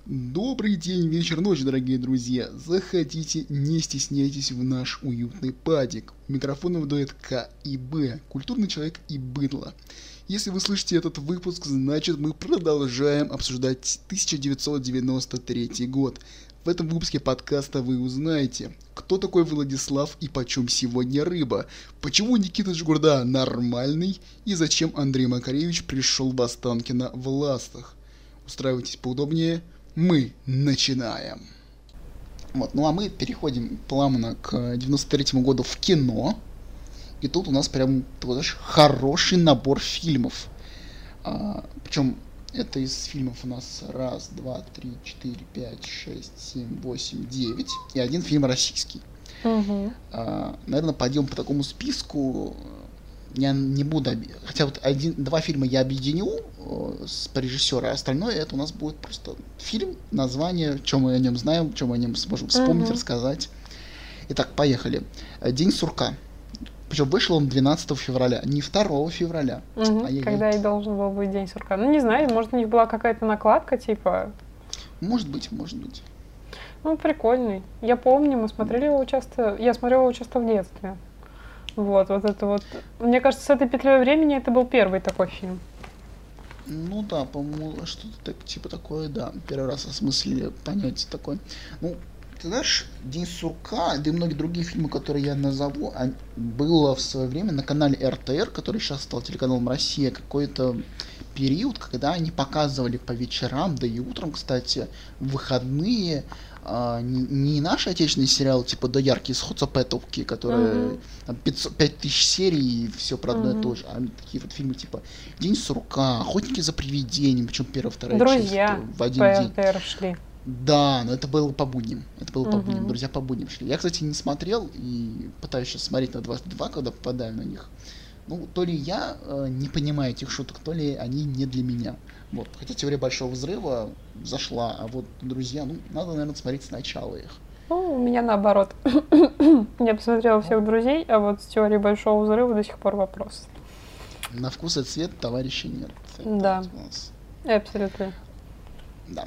Добрый день, вечер, ночь, дорогие друзья. Заходите, не стесняйтесь в наш уютный падик. У микрофонов дуэт К и Б, культурный человек и быдло. Если вы слышите этот выпуск, значит мы продолжаем обсуждать 1993 год. В этом выпуске подкаста вы узнаете, кто такой Владислав и почем сегодня рыба, почему Никита Жгурда нормальный и зачем Андрей Макаревич пришел в Останкино в ластах. Устраивайтесь поудобнее, мы начинаем. Вот, ну а мы переходим плавно к 93 году в кино. И тут у нас прям, ты знаешь, хороший набор фильмов. Причем это из фильмов у нас 1, 2, 3, 4, 5, 6, 7, 8, 9. И один фильм российский. Угу. Наверное, пойдем по такому списку. Я не буду... Хотя вот два фильма я объединю по режиссеру, а остальное это у нас будет просто фильм, название, что мы о нем знаем, что мы о нем сможем вспомнить, рассказать. Итак, поехали. «День сурка». Причем вышел он 12 февраля, не 2 февраля. Когда и должен был быть День сурка. Ну, не знаю, может, у них была какая-то накладка, типа... Может быть. Ну, прикольный. Я помню, мы смотрели его часто... Я смотрела его часто в детстве. Вот это вот. Мне кажется, с этой петлей времени это был первый такой фильм. Ну да, по-моему, что-то типа такое, да. Первый раз осмыслили понятие такое. Ну, ты знаешь, «День сурка», да и многие другие фильмы, которые я назову, было в свое время на канале РТР, который сейчас стал телеканалом «Россия», какой-то период, когда они показывали по вечерам, да и утром, кстати, в выходные, не наши отечественные сериалы, типа «Доярки из Хоцопетовки», которые 5000 серий и все про одно и то же, а такие вот фильмы типа «День сурка», «Охотники за привидениями», причем первая, вторая «Друзья» часть в один по день. РТР шли. Да, но это было по будням. «Друзья» по будням шли. Я, кстати, не смотрел и пытаюсь сейчас смотреть на 22, когда попадаю на них. Ну, то ли я не понимаю этих шуток, то ли они не для меня. Вот. Хотя «Теория большого взрыва» зашла, а вот «Друзья», ну, надо, наверное, смотреть сначала их. Ну, у меня наоборот. Я посмотрела всех «Друзей», а вот с «Теорией большого взрыва» до сих пор вопрос. На вкус и цвет товарищей нет. Да, абсолютно. Да.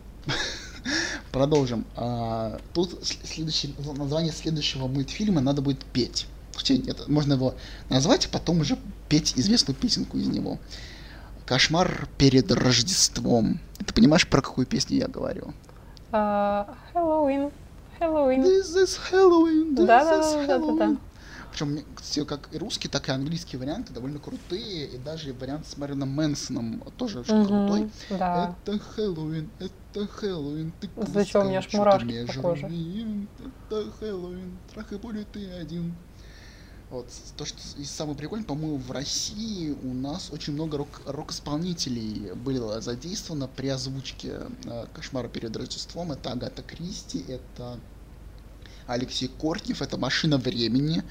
Продолжим. Тут название следующего мультфильма надо будет петь. Хотя нет, можно его назвать, а потом уже петь известную песенку из него. «Кошмар перед Рождеством». Ты понимаешь, про какую песню я говорю? Halloween. This is Halloween. Да. Причем, кстати, как и русский, так и английский варианты довольно крутые. И даже вариант с Мэрилином Мэнсоном тоже очень крутой. Да. Это Хэллоуин. Ты зачем у меня аж мурашки по коже. Это Хэллоуин. Страх и боль ты один. Вот. То, что самое прикольное, по-моему, в России у нас очень много рок-исполнителей было задействовано при озвучке «Кошмара перед Рождеством». Это Агата Кристи, это Алексей Кортнев, это «Машина времени»,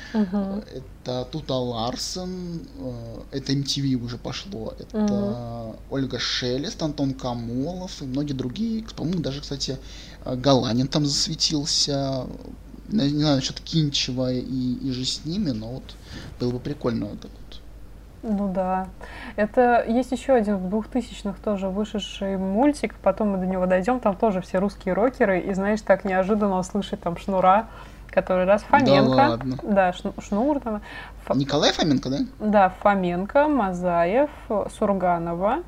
это Тута Ларсен, это MTV уже пошло, это Ольга Шелест, Антон Камолов и многие другие. По-моему, даже, кстати, Галанин там засветился. Не знаю насчет Кинчева и же с ними, но вот было бы прикольно так вот. Ну да. Это есть еще один в 2000-х тоже вышедший мультик, потом мы до него дойдем, там тоже все русские рокеры, и знаешь, так неожиданно услышать там Шнура, который раз Фоменко. Да ладно. Да, Шнур там. Николай Фоменко, да? Да, Фоменко, Мазаев, Сурганова,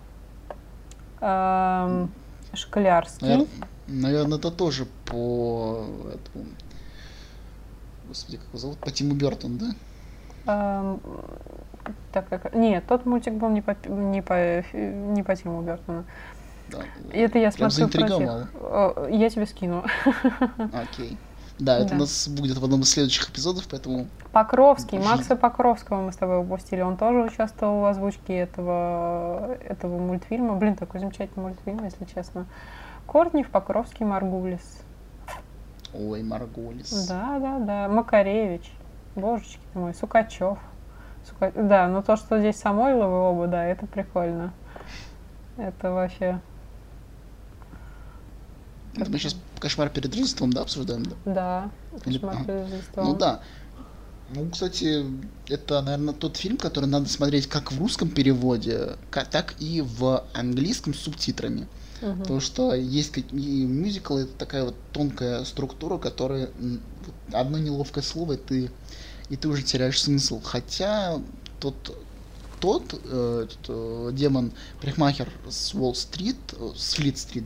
Шклярский. Наверное, это тоже по... Господи, как его зовут? По Тиму Бёртону, да? Нет, тот мультик был не по Тиму Бёртону. Да. Это я смотрю заинтриговало. Я тебе скину. Окей. Да, это у нас будет в одном из следующих эпизодов, поэтому... Покровский, Макса Покровского мы с тобой упустили. Он тоже участвовал в озвучке этого мультфильма. Блин, такой замечательный мультфильм, если честно. Кортнев, Покровский, Маргулис. Ой, Маргулис. Да. Макаревич. Божечки ты мой. Сукачев. Да, но то, что здесь Самойловы оба, да, это прикольно. Это вообще... Это мы сейчас «Кошмар перед Рождеством», да, обсуждаем? Да, «Кошмар перед Рождеством». Ну да. Ну, кстати, это, наверное, тот фильм, который надо смотреть как в русском переводе, так и в английском с субтитрами. Мгм. Потому что есть какие мюзиклы, это такая вот тонкая структура, которая вот одно неловкое слово, и ты уже теряешь смысл. Хотя тот, демон парикмахер с Уолл-стрит, с Флит-стрит,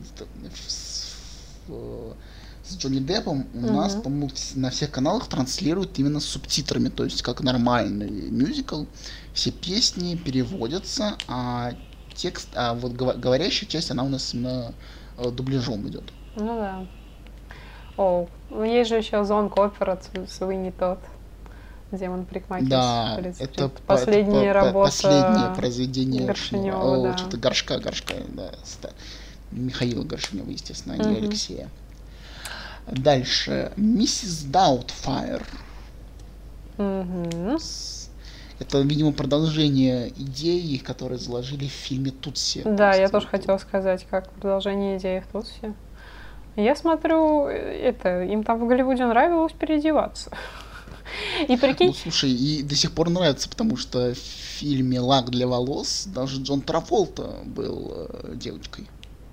с Джонни Деппом у нас, Мгм. по-моему, на всех каналах транслируют именно с субтитрами, то есть как нормальный мюзикл. Все песни переводятся, а текст, а вот говорящая часть, она у нас именно дубляжом идет. Ну да. О, ну есть же еще Зонг опера Суини тот, демон парикмахер с Да, это, Флит-стрит. это Последняя последнее работа произведение Горшенева, да. что-то горшка, да, Михаила Горшенева, естественно, а не Мгм. Алексея. Дальше. Миссис Даутфайр. Мгм. Это, видимо, продолжение идеи, которые заложили в фильме «Тутси». То Да, я есть, тоже вот, хотела сказать, как продолжение идеи в Тутси. Я смотрю, им там в Голливуде нравилось переодеваться. И ну, прикинь, слушай, и до сих пор нравится, потому что в фильме «Лак для волос» даже Джон Траволта был девочкой.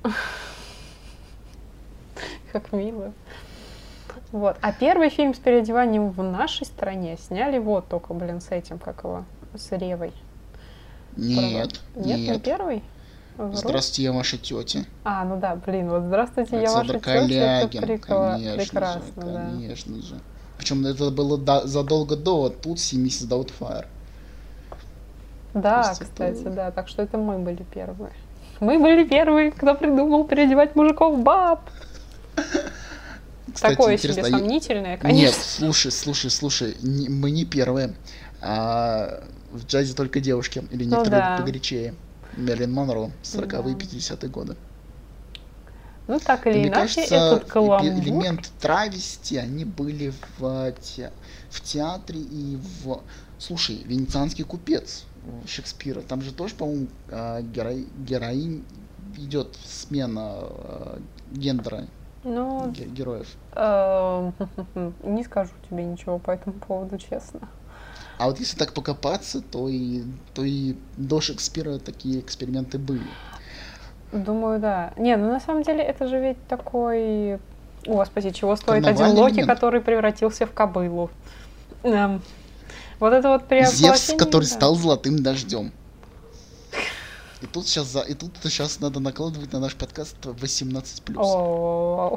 как мило. Вот. А первый фильм с переодеванием в нашей стране сняли вот только, блин, с этим, как его, с Ревой. Нет, Нет, не нет. первый? Вру? Здравствуйте, я ваша тетя. А, ну да, блин, вот здравствуйте, я Александр ваша тетя, это Калягин, конечно же, прекрасно, да. конечно же. Причем это было задолго до Тутси и Миссис Даутфайр. То Да, есть кстати, это... да, так что это мы были первые. Мы были первые, кто придумал переодевать мужиков в баб. Кстати, Такое себе интересно, сомнительное, нет, конечно. слушай, мы не первые. В джазе только девушки, или Ну некоторые да, погорячее. Мерлин Монро, да. 40-е, 50-е годы. Ну так Но или мне иначе, кажется, этот каламбур. элемент травести, они были в театре и в... Слушай, «Венецианский купец» Шекспира, там же тоже, по-моему, героинь идет смена гендера Ну, героев. не скажу тебе ничего по этому поводу, честно. А вот если так покопаться, то и до Шекспира такие эксперименты были. Думаю, да. Не, ну на самом деле это же ведь такой... Господи, чего стоит один Карнавальный Локи, элемент. который превратился в кобылу. Эм, Вот это вот Зевс, перевоплощение, который да. стал золотым дождем. И тут сейчас надо накладывать на наш подкаст 18+. О,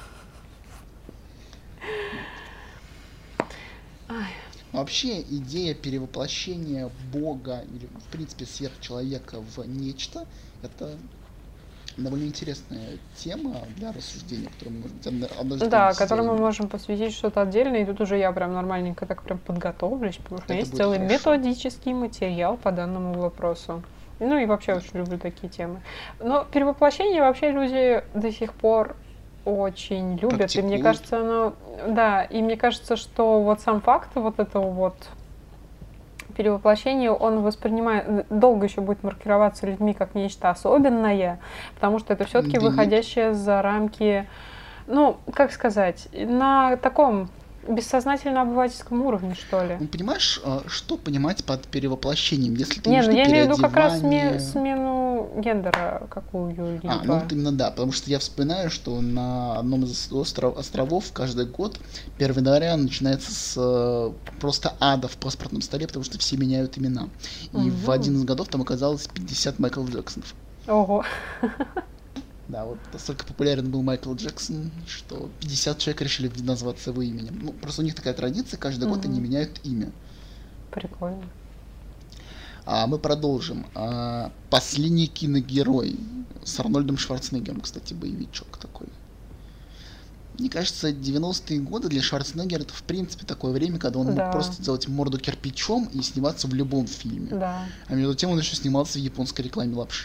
Вообще, идея перевоплощения Бога или, в принципе, сверхчеловека в нечто, это довольно интересная тема для рассуждения, которую мы, может быть, однажды да, когда-нибудь которому мы сделаем. можем посвятить что-то отдельное, и тут уже я прям нормальненько так прям подготовлюсь, потому что у меня Это есть будет целый хорошо. методический материал по данному вопросу. Ну и вообще очень люблю такие темы. Но перевоплощение вообще люди до сих пор очень любят, и мне Практикуют. кажется, оно... Да, и мне кажется, что вот сам факт вот этого вот перевоплощения, он воспринимает, долго еще будет маркироваться людьми как нечто особенное, потому что это все-таки Да нет. выходящее за рамки, ну, как сказать, на таком бессознательно-обывательском уровне, что ли. Ну, понимаешь, что понимать под перевоплощением? Если ты Не, имеешь ну в виду я имею в виду как раз переодевание... смену гендера какую-либо. Ну вот именно да, потому что я вспоминаю, что на одном из островов каждый год 1 января начинается с просто ада в паспортном столе, потому что все меняют имена. И в один из годов там оказалось 50 Майкл Джексонов. Ого. Да, вот настолько популярен был Майкл Джексон, что 50 человек решили назваться его именем. Ну, просто у них такая традиция, каждый год они меняют имя. Прикольно. Мы продолжим. Последний киногерой с Арнольдом Шварценеггером, кстати, боевичок такой. Мне кажется, 90-е годы для Шварценеггера это в принципе такое время, когда он мог просто сделать морду кирпичом и сниматься в любом фильме. Да. А между тем он еще снимался в японской рекламе лапши.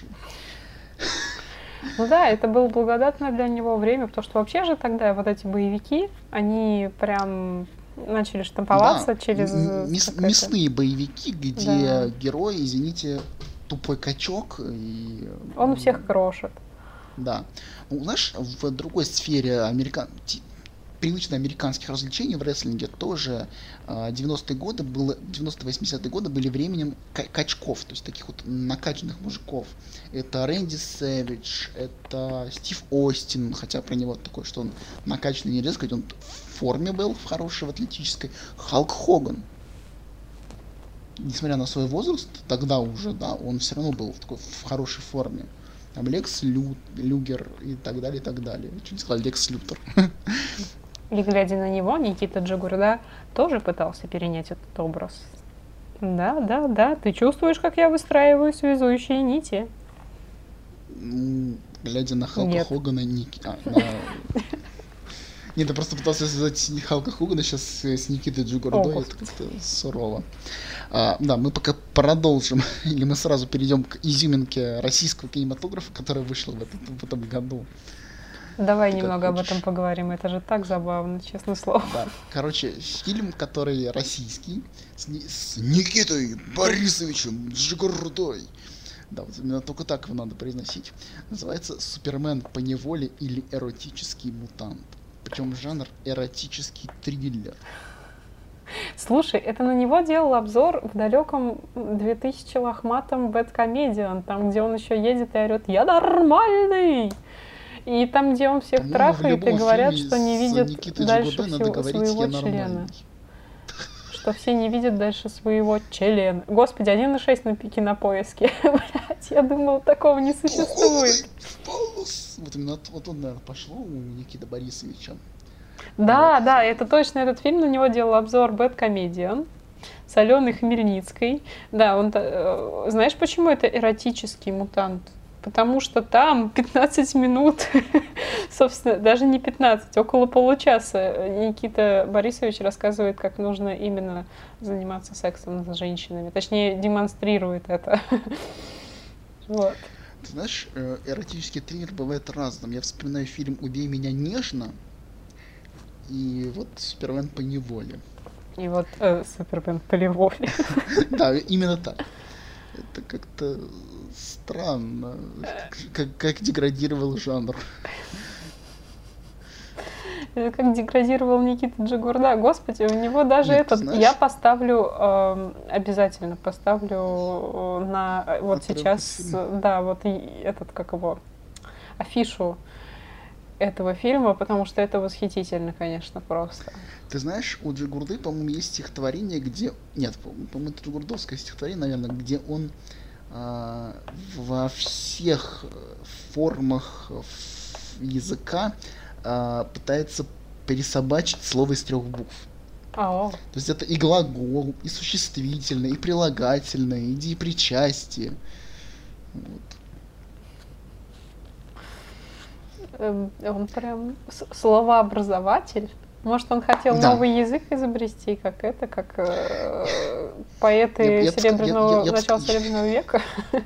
Ну да, это было благодатное для него время, потому что вообще же тогда вот эти боевики, они прям начали штамповаться через... Мясные боевики, где герой, извините, тупой качок. И... Он всех крошит. Да. Ну, знаешь, в другой сфере привычно американских развлечений в рестлинге тоже 90-е годы было, 90-80-е годы были временем качков, то есть таких вот накачанных мужиков. Это Рэнди Сэвидж, это Стив Остин, хотя про него такое, что он накачанный, нельзя сказать, он в форме был, в хорошей, в атлетической. Халк Хоган. Несмотря на свой возраст, тогда уже, да, он все равно был в хорошей форме. Там Лекс Люгер и так далее, и так далее. Чуть не сказал Лекс Лютер. И глядя на него, Никита Джигурда тоже пытался перенять этот образ. Да, ты чувствуешь, как я выстраиваю связующие нити? Глядя на Халка Хогана, Нет, я просто пытался связать Халка Хогана сейчас с Никитой Джигурдой, это как-то сурово. Да, мы пока продолжим, или мы сразу перейдем к изюминке российского кинематографа, которая вышла в этом году. Давай немного об этом поговорим, это же так забавно, честное слово. Да. Короче, фильм, который российский, с Никитой Борисовичем Джигурдой. Да, вот именно только так его надо произносить. Называется «Супермен по неволе» или «Эротический мутант». Причем жанр эротический триллер. Слушай, это на него делал обзор в далеком 2000 лохматом Бэдкомедиан, там, где он еще едет и орет «Я нормальный!» И там, где он всех трахает и говорят, что не видят дальше своего члена. Что все не видят дальше своего члена. Господи, 1.6 на Кинопоиске. Блять, я думал, такого не существует. Вот именно вот он, наверное, пошло у Никиты Борисовича. Да, это точно этот фильм, на него делал обзор Бэдкомедиан с Аленой Хмельницкой. Да, он, знаешь, почему это эротический мутант? Потому что там 15 минут, собственно, даже не 15, около получаса Никита Борисович рассказывает, как нужно именно заниматься сексом с женщинами. Точнее, демонстрирует это. Вот. Ты знаешь, эротический триллер бывает разным. Я вспоминаю фильм «Убей меня нежно» и вот «Супермен по неволе». И вот «Супермен по неволе». Да, именно так. Это как-то странно, как деградировал жанр. Как деградировал Никита Джигурда. Господи, у него даже знаешь, я поставлю, обязательно поставлю на вот сейчас, да, вот этот, как его, афишу этого фильма, потому что это восхитительно, конечно, просто. Ты знаешь, у Джигурды, по-моему, есть стихотворение, где... Нет, по-моему, это джигурдовское стихотворение, наверное, где он во всех формах языка пытается пересобачить слово из 3 букв. То есть это и глагол, и существительное, и прилагательное, и деепричастие. Вот. Он прям словообразователь. Может, он хотел новый язык изобрести, как поэты начала Серебряного века?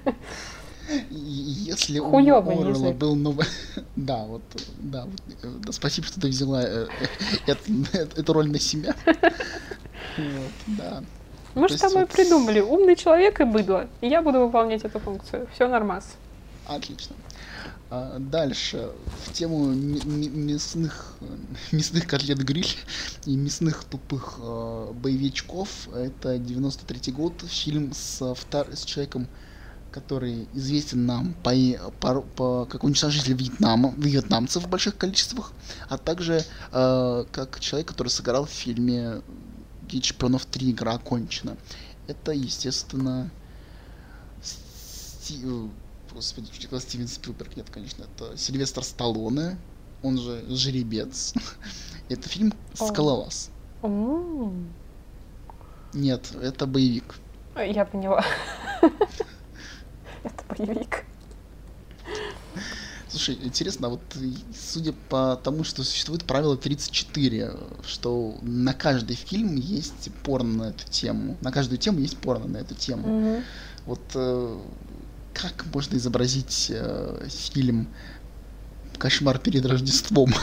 Если у Орвелла был новый... Да, спасибо, что ты взяла эту роль на себя. Да. Мы же с тобой придумали умный человек и быдло. И я буду выполнять эту функцию. Все нормас. Отлично. Дальше, в тему мясных котлет-гриль и мясных тупых боевичков, это 93-й год, фильм с человеком, который известен нам как уничтожитель вьетнамцев в больших количествах, а также как человек, который сыграл в фильме «Дети шпионов 3. Игра окончена». Это, естественно, Господи, Стивен Спилберг, нет, конечно, это Сильвестр Сталлоне, он же Жеребец. Это фильм «Скалолаз». Нет, это боевик. Я поняла. Это боевик. Слушай, интересно, вот судя по тому, что существует правило 34, что на каждый фильм есть порно на эту тему. На каждую тему есть порно на эту тему. Вот как можно изобразить фильм «Кошмар перед Рождеством»?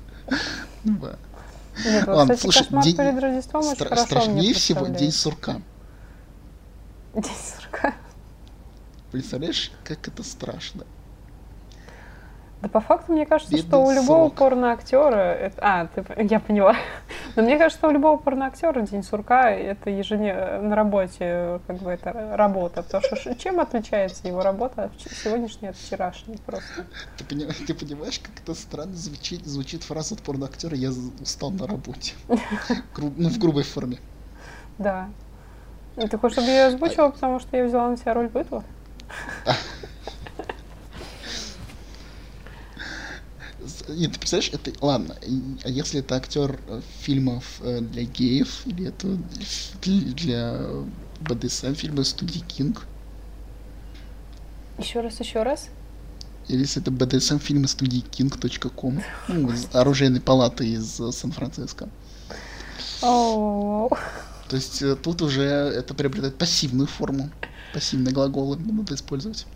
Ладно, слушай, «Кошмар перед Рождеством» очень хорошо мне страшнее всего «День сурка». «День сурка». Представляешь, как это страшно? Да по факту, мне кажется, Бедный что у любого срок. порноактера... Я поняла. Но мне кажется, что у любого порноактера день сурка — это на работе, как бы это работа. Потому что чем отличается его работа от сегодняшней от вчерашней просто? Ты понимаешь, как это странно звучит фраза от порноактера «я устал на работе». Ну, в грубой форме. Да. И ты хочешь, чтобы я ее озвучила, потому что я взяла на себя роль быдла? Нет, ты представляешь, это... Ладно, а если это актер фильмов для геев, или это для БДСМ фильма студии Кинг, Еще раз. или если это БДСМ фильмы студии King.com, ну, из оружейной палаты из Сан-Франциско. Оу. То есть тут уже это приобретает пассивную форму. Пассивные глаголы надо использовать.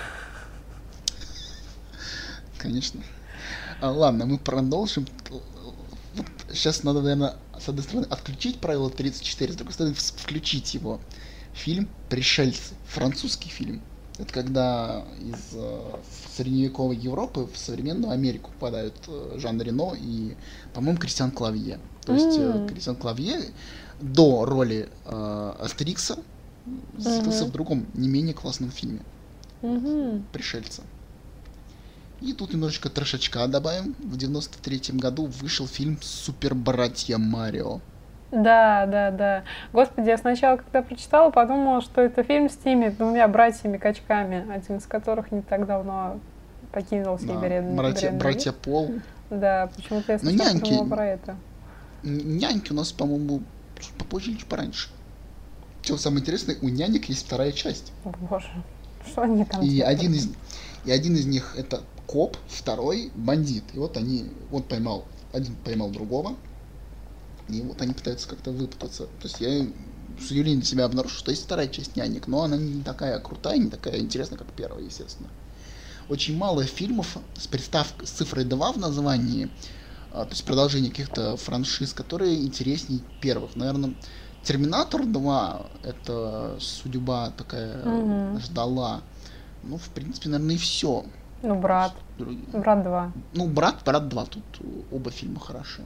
Конечно. Ладно, мы продолжим. Вот сейчас надо, наверное, с одной стороны отключить правило 34, с другой стороны включить его. Фильм «Пришельцы». Французский фильм. Это когда из средневековой Европы в современную Америку попадают Жан Рено и, по-моему, Кристиан Клавье. То есть Кристиан Клавье до роли Астерикса снялся в другом, не менее классном фильме. «Пришельцы». И тут немножечко трешачка добавим. В 93-м году вышел фильм «Супер братья Марио». Да. Господи, я сначала, когда прочитала, подумала, что это фильм с теми двумя братьями-качками, один из которых не так давно покинул сей бренный братья Пол. Да, почему-то я сначала подумала про это. Няньки у нас, по-моему, попозже или пораньше. Что самое интересное, у нянек есть вторая часть. О, боже, что они там и один из них это коп, второй бандит. И вот один поймал другого. И вот они пытаются как-то выпутаться. То есть я с удивлением для себя обнаружил, что есть вторая часть «Нянек», но она не такая крутая, не такая интересная, как первая, естественно. Очень мало фильмов с приставкой, с цифрой 2 в названии, то есть продолжение каких-то франшиз, которые интереснее первых. Наверное, «Терминатор 2» — это судьба такая ждала. Ну, в принципе, наверное, и все. Ну, «Брат». «Брат 2». Ну, «Брат 2», тут оба фильма хороши.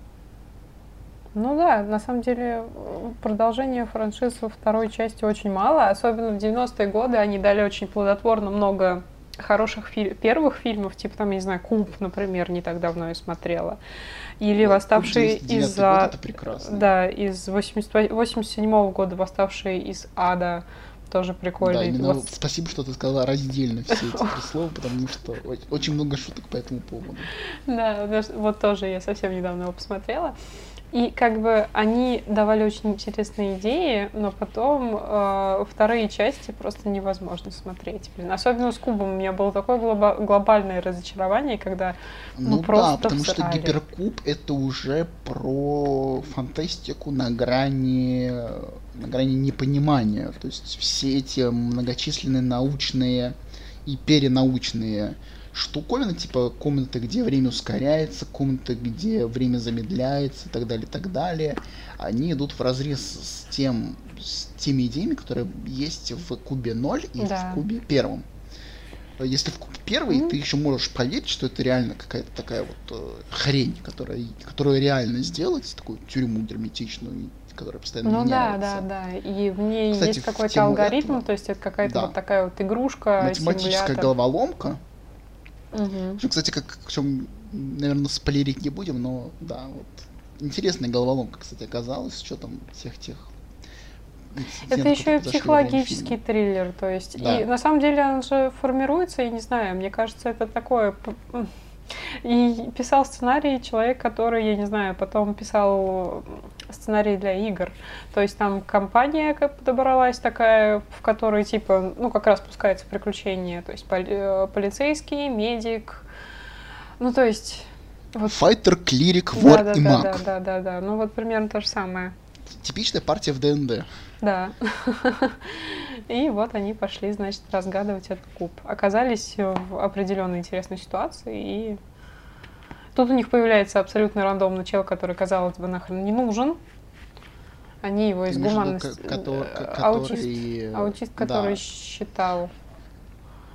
Ну да, на самом деле продолжения франшиз во второй части очень мало, особенно в 90-е годы они дали очень плодотворно много хороших первых фильмов, типа там, я не знаю, «Куб», например, не так давно я смотрела, или «Восставшие из ада», да, из 87-го года «Восставшие из ада», тоже прикольный. Да, именно спасибо, что ты сказала раздельно все эти три слова, потому что очень много шуток по этому поводу. Да, вот тоже я совсем недавно его посмотрела. И как бы они давали очень интересные идеи, но потом вторые части просто невозможно смотреть. Особенно с «Кубом» у меня было такое глобальное разочарование, когда просто да, потому всрали. что «Гиперкуб» — это уже про фантастику на грани непонимания. То есть все эти многочисленные научные и перенаучные штуковины, типа комнаты, где время ускоряется, комнаты, где время замедляется и так далее, они идут вразрез с теми идеями, которые есть в «Кубе 0» и в «Кубе 1». Если в «Кубе 1» ты еще можешь поверить, что это реально какая-то такая вот хрень, которую реально сделать, такую тюрьму герметичную, которая постоянно меняется. Да. И в ней есть какой-то алгоритм, то есть это какая-то вот такая вот игрушка, математическая головоломка. Угу. Кстати, о чем, наверное, спойлерить не будем, но да, вот интересная головоломка, кстати, оказалась, что там всех тех. Это еще и психологический триллер, то есть, да. И на самом деле он же формируется, я не знаю, мне кажется, это такое. И писал сценарий человек, который, я не знаю, потом писал сценарий для игр. То есть там компания подобралась такая, в которой типа, ну как раз пускается приключения, то есть полицейский, медик, ну то есть... Вот... Файтер, клирик, вор и маг. Да, ну вот примерно то же самое. Типичная партия в ДНД. Да. И вот они пошли, значит, разгадывать этот куб. Оказались в определенной интересной ситуации, и тут у них появляется абсолютно рандомный чел, который, казалось бы, нахрен не нужен. Они его из гуманности... Аутист, который считал...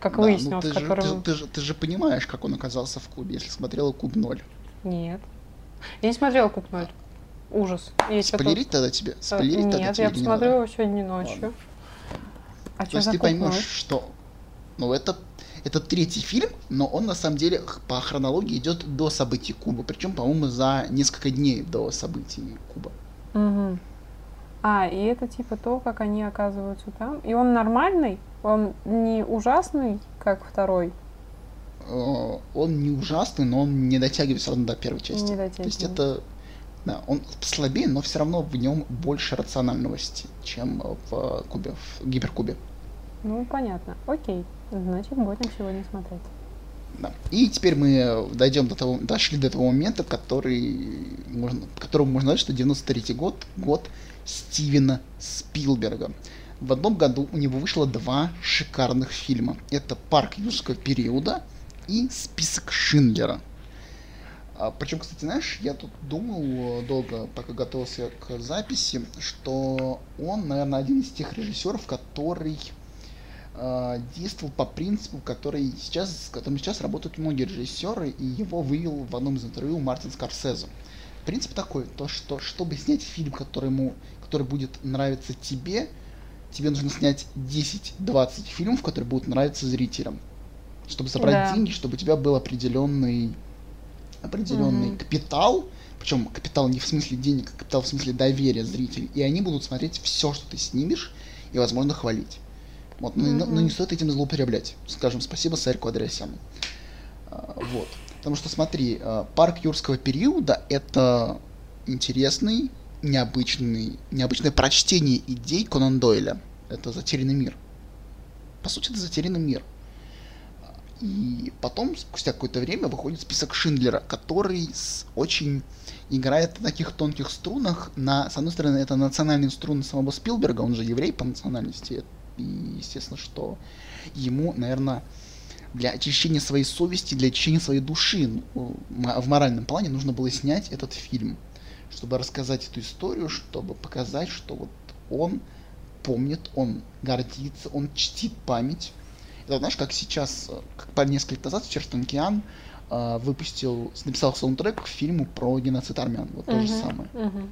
как Да, ну выяснилось, которым... ты же понимаешь, как он оказался в Кубе, если смотрела Куб 0. Нет. Я не смотрела «Куб 0». Ужас. Есть тут... Спойлерить тогда тебе? Спойлерить тогда Нет, тебе я или не надо? посмотрю его сегодня Ладно. ночью. А То что есть за ты «Куб 0»? поймешь, что... Ну, это третий фильм, но он на самом деле по хронологии идет до событий Куба. Причем, по-моему, за несколько дней до событий Куба. Угу. А, и это типа то, как они оказываются там. И он нормальный? Он не ужасный, как второй? Он не ужасный, но он не дотягивает все равно до первой части. Не То есть дотягивает. это... Да, он слабее, но все равно в нем больше рациональности, чем в Кубе, в Гиперкубе. Ну, понятно. Окей. Значит, будем сегодня смотреть. Да. И теперь мы дошли до того момента, которому можно сказать, что 93-й год Стивена Спилберга. В одном году у него вышло два шикарных фильма. Это «Парк юрского периода» и «Список Шиндлера». Причем, кстати, знаешь, я тут думал долго, пока готовился к записи, что он, наверное, один из тех режиссеров, который действовал по принципу, с которым сейчас работают многие режиссеры, и его вывел в одном из интервью Мартин Скорсезе. Принцип такой, то что, чтобы снять фильм, который будет нравиться тебе нужно снять 10-20 фильмов, которые будут нравиться зрителям. Чтобы собрать деньги, чтобы у тебя был определенный капитал, причем капитал не в смысле денег, а капитал в смысле доверия зрителей, и они будут смотреть все, что ты снимешь, и, возможно, хвалить. Вот, но не стоит этим злоупотреблять. Скажем спасибо Сарику Андреасяну. Вот. Потому что, смотри, «Парк юрского периода» — это интересный, необычное прочтение идей Конан Дойля. Это «Затерянный мир». По сути, это «Затерянный мир». И потом, спустя какое-то время, выходит «Список Шиндлера», который очень играет на таких тонких струнах. С одной стороны, это национальные струны самого Спилберга, он же еврей по национальности. И естественно, что ему, наверное, для очищения своей совести, для очищения своей души в моральном плане нужно было снять этот фильм, чтобы рассказать эту историю, чтобы показать, что вот он помнит, он гордится, он чтит память. Это, знаешь, как сейчас, как несколько лет назад Черстен Киан написал саундтрек к фильму про геноцид армян. Вот то же самое.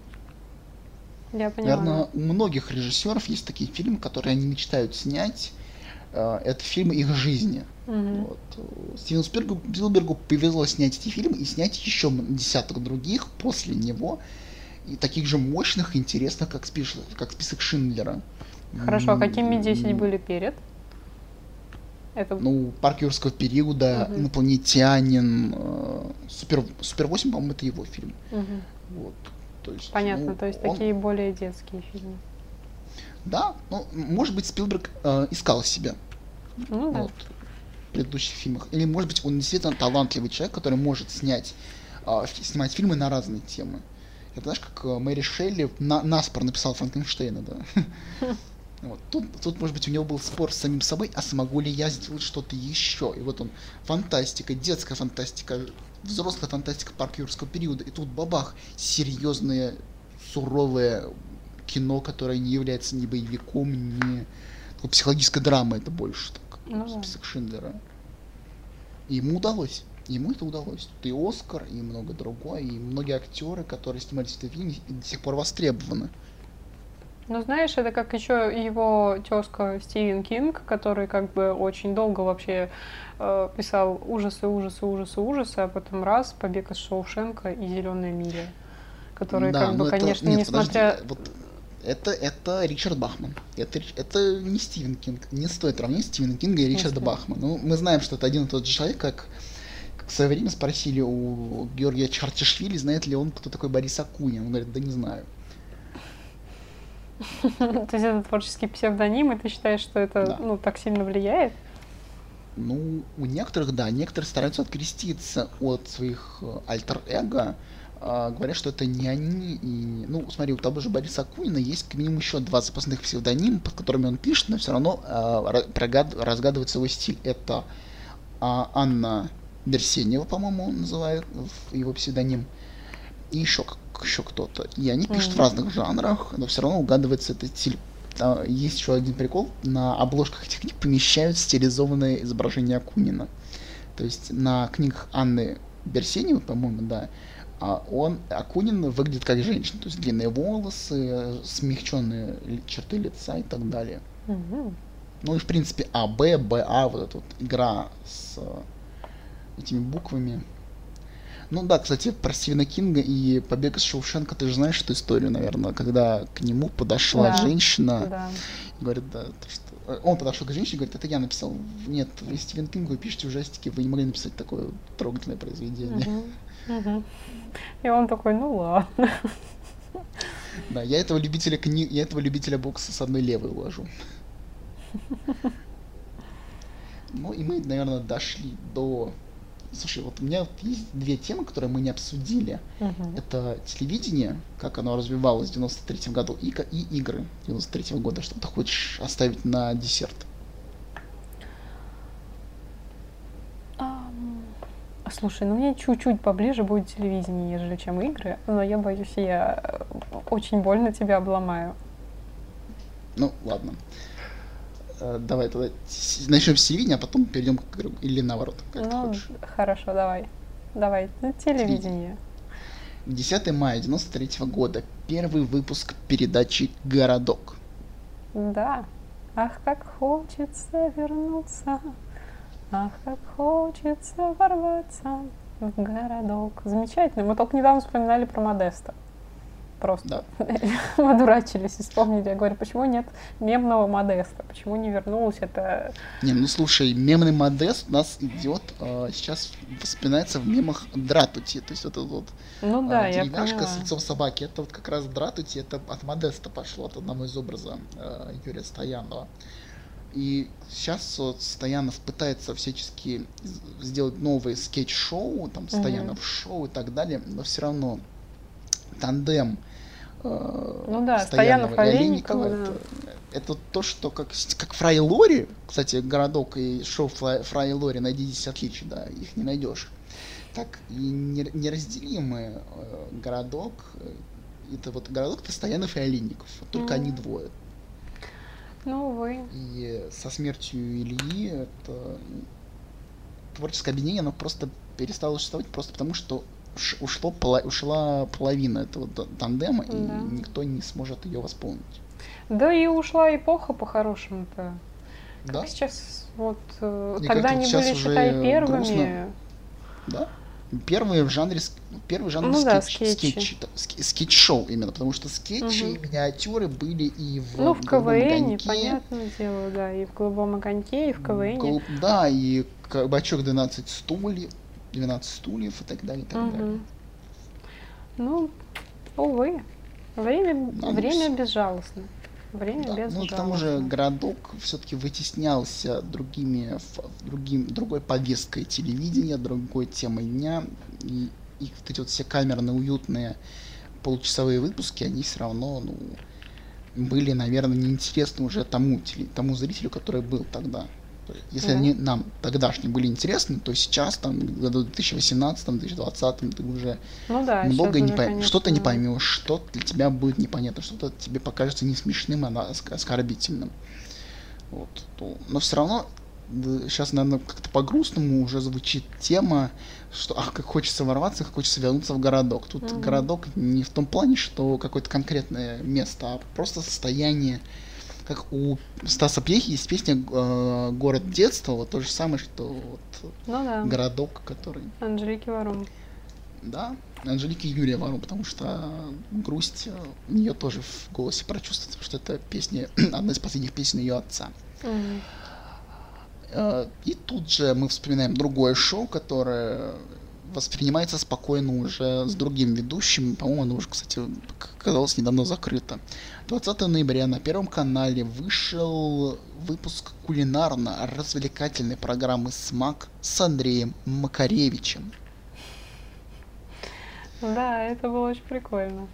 Я понимаю. Наверное, у многих режиссеров есть такие фильмы, которые они мечтают снять. Это фильмы их жизни. Вот. Стивену Спилбергу повезло снять эти фильмы и снять еще десяток других после него. И таких же мощных и интересных, как «Список Шиндлера». Хорошо, а какими 10 были перед? Это... Ну, «Парк юрского периода», «Инопланетянин», «Супер 8», по-моему, это его фильм. Вот. То есть, понятно, то есть такие более детские фильмы. Да, ну, может быть, Спилберг искал себя да. В предыдущих фильмах. Или, может быть, он действительно талантливый человек, который может снимать фильмы на разные темы. Это знаешь, как Мэри Шелли наспор написал Франкенштейна, да? Вот. Тут, может быть, у него был спор с самим собой, а смогу ли я сделать что-то еще? И вот он, фантастика, детская фантастика, взрослая фантастика «Парк юрского периода». И тут бабах, серьезное, суровое кино, которое не является ни боевиком, ни такой психологической драмой. Это больше так, «Список Шиндлера». И ему удалось. Ему это удалось. Тут и Оскар, и много другое, и многие актеры, которые снимались в этом фильме, до сих пор востребованы. Ну, знаешь, это как еще его тезка Стивен Кинг, который как бы очень долго вообще писал ужасы, а потом раз, «Побег из Шоушенка» и «Зеленая миля», которые как бы, конечно, несмотря... Это Ричард Бахман. Это не Стивен Кинг. Не стоит равнять Стивена Кинга и Ричарда Бахмана. Ну, мы знаем, что это один и тот же человек, как в свое время спросили у Георгия Чартишвили, знает ли он, кто такой Борис Акунин. Он говорит, да не знаю. То есть это творческий псевдоним, и ты считаешь, что это так сильно влияет? Ну, у некоторых, да. Некоторые стараются откреститься от своих альтер-эго, говорят, что это не они. И, ну, смотри, у того же Бориса Акунина есть как минимум еще два запасных псевдонима, под которыми он пишет, но все равно разгадывается его стиль. Это Анна Берсенева, по-моему, называют его псевдоним, и еще кто-то. И они пишут в разных жанрах, но все равно угадывается этот стиль есть еще один прикол. На обложках этих книг помещают стилизованное изображение Акунина. То есть на книгах Анны Берсеневой, по-моему, да, Акунин выглядит как женщина. То есть длинные волосы, смягченные черты лица и так далее. Ну и в принципе БА, вот эта вот игра с этими буквами. Ну да, кстати, про Стивена Кинга и «Побег из Шоушенка» ты же знаешь эту историю, наверное, когда к нему подошла женщина, и говорит, да, что... Он подошел к женщине и говорит, это я написал. Нет, вы Стивен Кинг, вы пишете ужастики, вы не могли написать такое трогательное произведение. И он такой, ну ладно. Да, я этого любителя бокса с одной левой уложу. Ну и мы, наверное, дошли до... Слушай, вот у меня есть две темы, которые мы не обсудили. Это телевидение, как оно развивалось в 93-м году, и игры 93-го года. Что ты хочешь оставить на десерт? Слушай, ну мне чуть-чуть поближе будет телевидение, нежели чем игры, но я боюсь, я очень больно тебя обломаю. Ну, ладно. Давай тогда начнем с телевидения, а потом перейдем к играм. Или наоборот, как ты хочешь. Хорошо, давай. Давай, телевидение. 10 мая 93-го года. Первый выпуск передачи «Городок». Да. Ах, как хочется вернуться. Ах, как хочется ворваться в городок. Замечательно. Мы только недавно вспоминали про Модеста. Просто мы дурачились и вспомнили. Я говорю, почему нет мемного Модеста? Почему не вернулось это? Не, ну слушай, мемный Модест у нас идет, сейчас вспоминается в мемах Дратути. То есть вот это вот деревяшка с лицом собаки. Это вот как раз Дратути, это от Модеста пошло, от одного из образов Юрия Стоянова. И сейчас вот Стоянов пытается всячески сделать новые скетч-шоу, там Стоянов шоу и так далее, но все равно тандем Стоянова и Олейникова, это то, что как Фрай Лори, кстати, «Городок» и шоу Фрай Лори, найди 10 отличий, да, их не найдешь. Так и неразделимый «Городок», это вот «Городок» это Стоянов и Олейников, только они двое. Ну, увы. И со смертью Ильи это творческое объединение, оно просто перестало существовать просто потому, что ушла половина этого тандема, и никто не сможет ее восполнить. Да и ушла эпоха по-хорошему-то. Да? Как сейчас, вот, тогда они были, считай, первыми. Грустно. Да? Первый жанр скетч-шоу именно, потому что скетчи и миниатюры были и в КВН, понятное дело, да, и в «Голубом огоньке», и в КВН. Да, и «Кабачок 12 стульев» и так далее, и так далее. Ну, увы, время безжалостно. Ну, к тому же «Городок» все-таки вытеснялся другой повесткой телевидения, другой темой дня. И вот эти вот все камерные, уютные получасовые выпуски, они все равно, были, наверное, неинтересны уже тому зрителю, который был тогда. Если они нам тогдашние были интересны, то сейчас, там, в году 2018-2020, ты уже много не поймешь. Что-то не поймешь, что для тебя будет непонятно, что-то тебе покажется не смешным, а оскорбительным. Вот. Но все равно сейчас, наверное, как-то по-грустному уже звучит тема, что как хочется ворваться, как хочется вернуться в городок. Тут городок не в том плане, что какое-то конкретное место, а просто состояние. Как у Стаса Пьехи есть песня «Город детства», вот то же самое, что вот «Городок», который... Анжелики Варум. Да, Анжелики и Юрия Варум, потому что грусть у нее тоже в голосе прочувствуется, потому что это песня, одна из последних песен ее отца. И тут же мы вспоминаем другое шоу, которое воспринимается спокойно уже с другим ведущим. По-моему, оно уже, кстати, оказалось недавно закрыто. 20 ноября на Первом канале вышел выпуск кулинарно-развлекательной программы «Смак» с Андреем Макаревичем. Да, это было очень прикольно.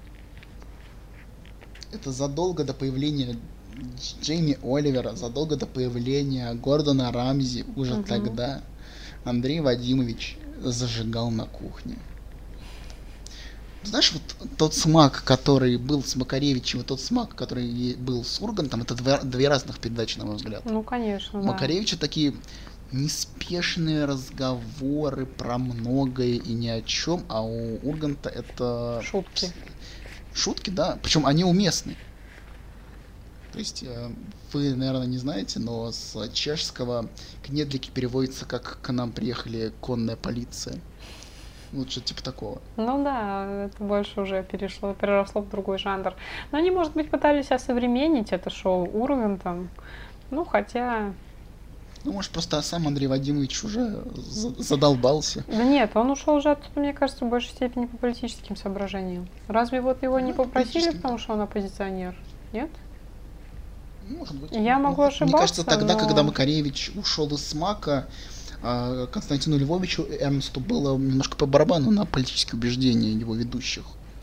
Это задолго до появления Джейми Оливера, задолго до появления Гордона Рамзи, уже тогда Андрей Вадимович зажигал на кухне. знаешь, вот тот смак, который был с Макаревичем, и тот смак, который был с Ургантом, это две разных передачи, на мой взгляд. Ну, конечно, У да. Макаревича такие неспешные разговоры про многое и ни о чем, а у Урганта это... Шутки. Шутки, да, причем они уместны. То есть, вы, наверное, не знаете, но с чешского «кнедлики» переводится как «к нам приехали конная полиция». Ну, что-то типа такого. Ну да, это больше уже переросло в другой жанр. Но они, может быть, пытались осовременить это шоу Ургантом. Ну, хотя... Ну, может, просто сам Андрей Вадимович уже задолбался. Да нет, он ушел уже оттуда, мне кажется, в большей степени по политическим соображениям. Разве вот его не попросили, потому что он оппозиционер? Нет? Может быть. Я могу ошибаться, мне кажется, тогда, но... когда Макаревич ушел из СМАКа, Константину Львовичу Эрнсту было немножко по барабану на политические убеждения его ведущих.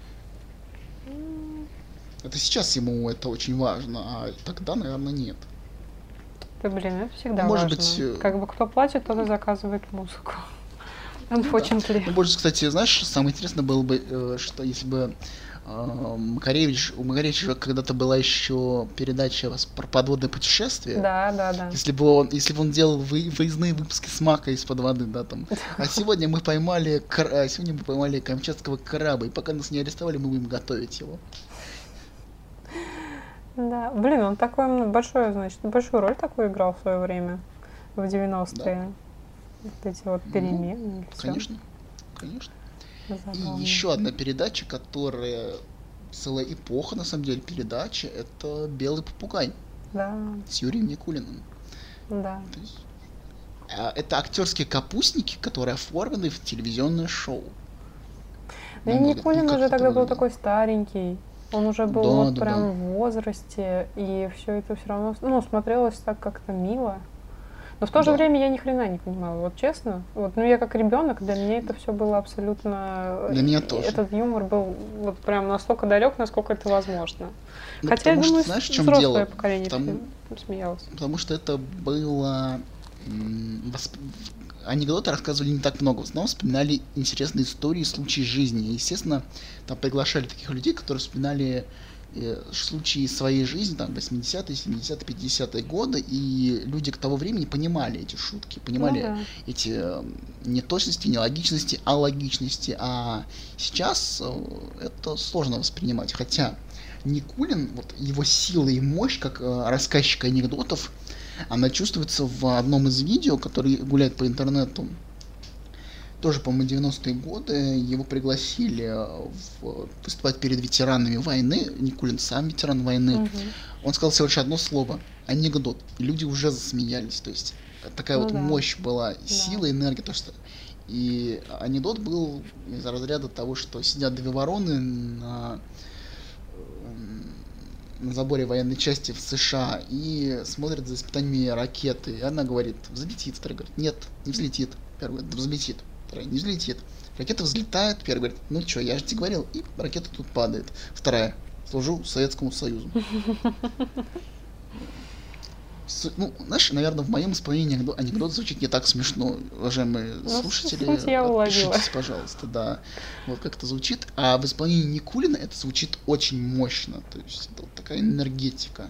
Это сейчас ему это очень важно, а тогда, наверное, нет. Да блин, это всегда может важно. быть, как бы кто платит, тот и заказывает музыку. Unfortunately. Ну, больше, кстати, знаешь, самое интересное было бы, что если бы у Макаревича когда-то была еще передача про подводное путешествие. Да. Если бы он делал выездные выпуски смака из-под воды, да, там. А сегодня мы поймали камчатского краба, и пока нас не арестовали, мы будем готовить его. Да, блин, он такой большую роль такую играл в свое время, в 90-е. Да. Вот эти вот перемены. Конечно. И еще одна передача, которая целая эпоха, на самом деле, передача, это «Белый попугай». Да. С Юрием Никулиным. Да. То есть, это актерские капустники, которые оформлены в телевизионное шоу. Ну и Никулин уже тогда был такой старенький. Он уже был прям в возрасте, и все это все равно, смотрелось так как-то мило. Но в то же время я ни хрена не понимала, вот честно. Я как ребенок, для меня это все было абсолютно... Для меня тоже. Этот юмор был вот прям настолько далек, насколько это возможно. Ну, хотя, я думаю, знаешь, в чем взрослое дело? поколение смеялось. Потому что это было... Анекдоты рассказывали не так много, в основном вспоминали интересные истории, случаи жизни. И, естественно, там приглашали таких людей, которые вспоминали случаи своей жизни, там, 80-е, 70-е, 50-е годы, и люди к того времени понимали эти шутки, понимали эти неточности, нелогичности, алогичности, а сейчас это сложно воспринимать. Хотя Никулин, вот его сила и мощь, как рассказчика анекдотов, она чувствуется в одном из видео, который гуляет по интернету. Тоже, по-моему, 90-е годы его пригласили выступать перед ветеранами войны. Никулин сам ветеран войны. Он сказал всего лишь одно слово — анекдот. И люди уже засмеялись. То есть такая мощь была, сила, энергия. То, что... И анекдот был из разряда того, что сидят две вороны на заборе военной части в США и смотрят за испытаниями ракеты. И одна говорит: взлетит. Вторая говорит: нет, не взлетит. Первая говорит: взлетит. Вторая: не взлетит. Ракета взлетает. Первая говорит: ну что, я же тебе говорил. И ракета тут падает. Вторая: служу Советскому Союзу. Знаешь, наверное, в моем исполнении анекдот звучит не так смешно, уважаемые слушатели. Отпишитесь, пожалуйста, да. Вот как это звучит. А в исполнении Никулина это звучит очень мощно. То есть это вот такая энергетика.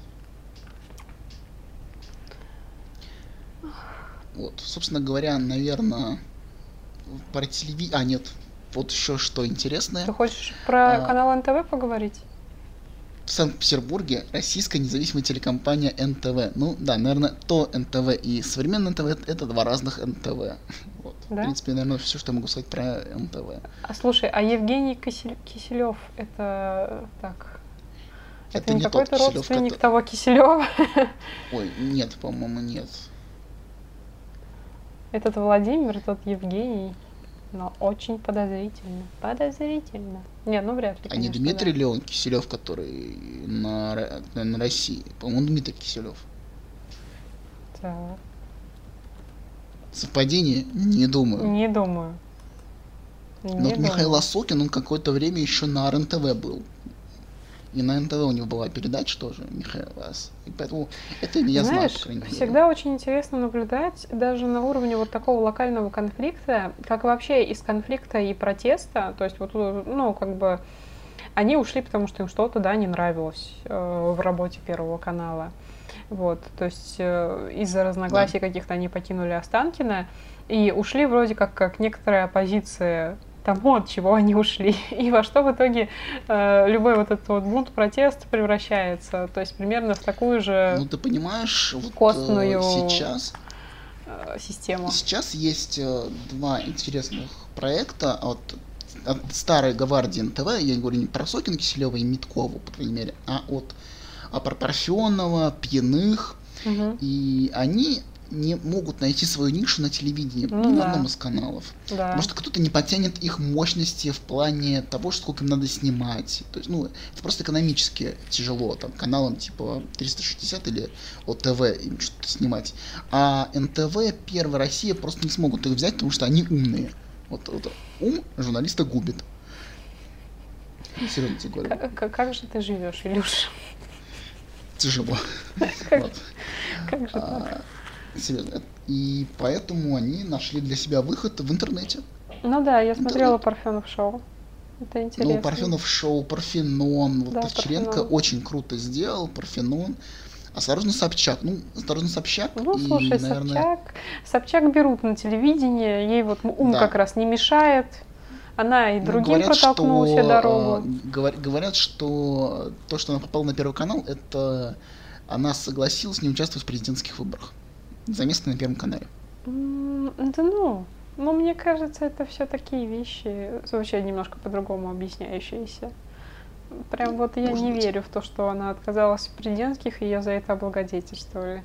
Вот, собственно говоря, наверное, про телевидение... нет. Вот еще что интересное. Ты хочешь про канал НТВ поговорить? В Санкт-Петербурге российская независимая телекомпания НТВ. Ну да, наверное, то НТВ и современное НТВ — это два разных НТВ. Вот. Да? В принципе, наверное, все, что я могу сказать про НТВ. А слушай, а Евгений Киселев это так? Это не какой-то родственник того Киселева? Ой, нет, по-моему, нет. Этот Владимир, тот Евгений. Но очень подозрительно. Подозрительно. Не, ну вряд ли. А не Дмитрий ли он Киселев, который на России? По-моему, Дмитрий Киселев. Так. Совпадение? Не думаю. Не думаю. Но вот Михаил Осокин, он какое-то время еще на РНТВ был. И на НТВ у него была передача тоже, Михаил Вас. И поэтому это я знаю, по крайней мере. Всегда очень интересно наблюдать даже на уровне вот такого локального конфликта, как вообще из конфликта и протеста, то есть вот, ну, как бы они ушли, потому что им что-то, да, не нравилось в работе Первого канала. Вот, то есть из-за разногласий каких-то они покинули Останкино и ушли вроде как некоторая оппозиция тому, от чего они ушли. И во что в итоге любой вот этот вот бунт, протест превращается. То есть примерно в такую же ты понимаешь, костную сейчас систему. Сейчас есть два интересных проекта от старой гвардии НТВ. Я говорю не про Сокина, Киселева и Миткову, по крайней мере, а про Парфенова, Пьяных. И они не могут найти свою нишу на телевидении, ни на одном из каналов. Да. Потому что кто-то не потянет их мощности в плане того, сколько им надо снимать. То есть, это просто экономически тяжело, там, каналам типа 360 или ОТВ им что-то снимать. А НТВ, Первая Россия просто не смогут их взять, потому что они умные. Вот ум журналиста губит. Серьезно тебе говорю. Как же ты живешь, Илюша? Тяжело. Как же так? Серьезно. И поэтому они нашли для себя выход в интернете. Ну да, я смотрела Парфенов шоу. Это интересно. Парфенов шоу, Парфенон, Овчаренко очень круто сделал, Парфенон. Осторожно, Собчак. Осторожно, Собчак. Слушай, наверное... Собчак берут на телевидение, ей вот ум как раз не мешает. Она и другим протолкнула себе дорогу. Говорят, что то, что она попала на Первый канал, это она согласилась не участвовать в президентских выборах. За место на Первом канале. Мне кажется, это все такие вещи, вообще немножко по-другому объясняющиеся. Прям вот я не верю в то, что она отказалась от президентских, и ее за это облагодетельствовали.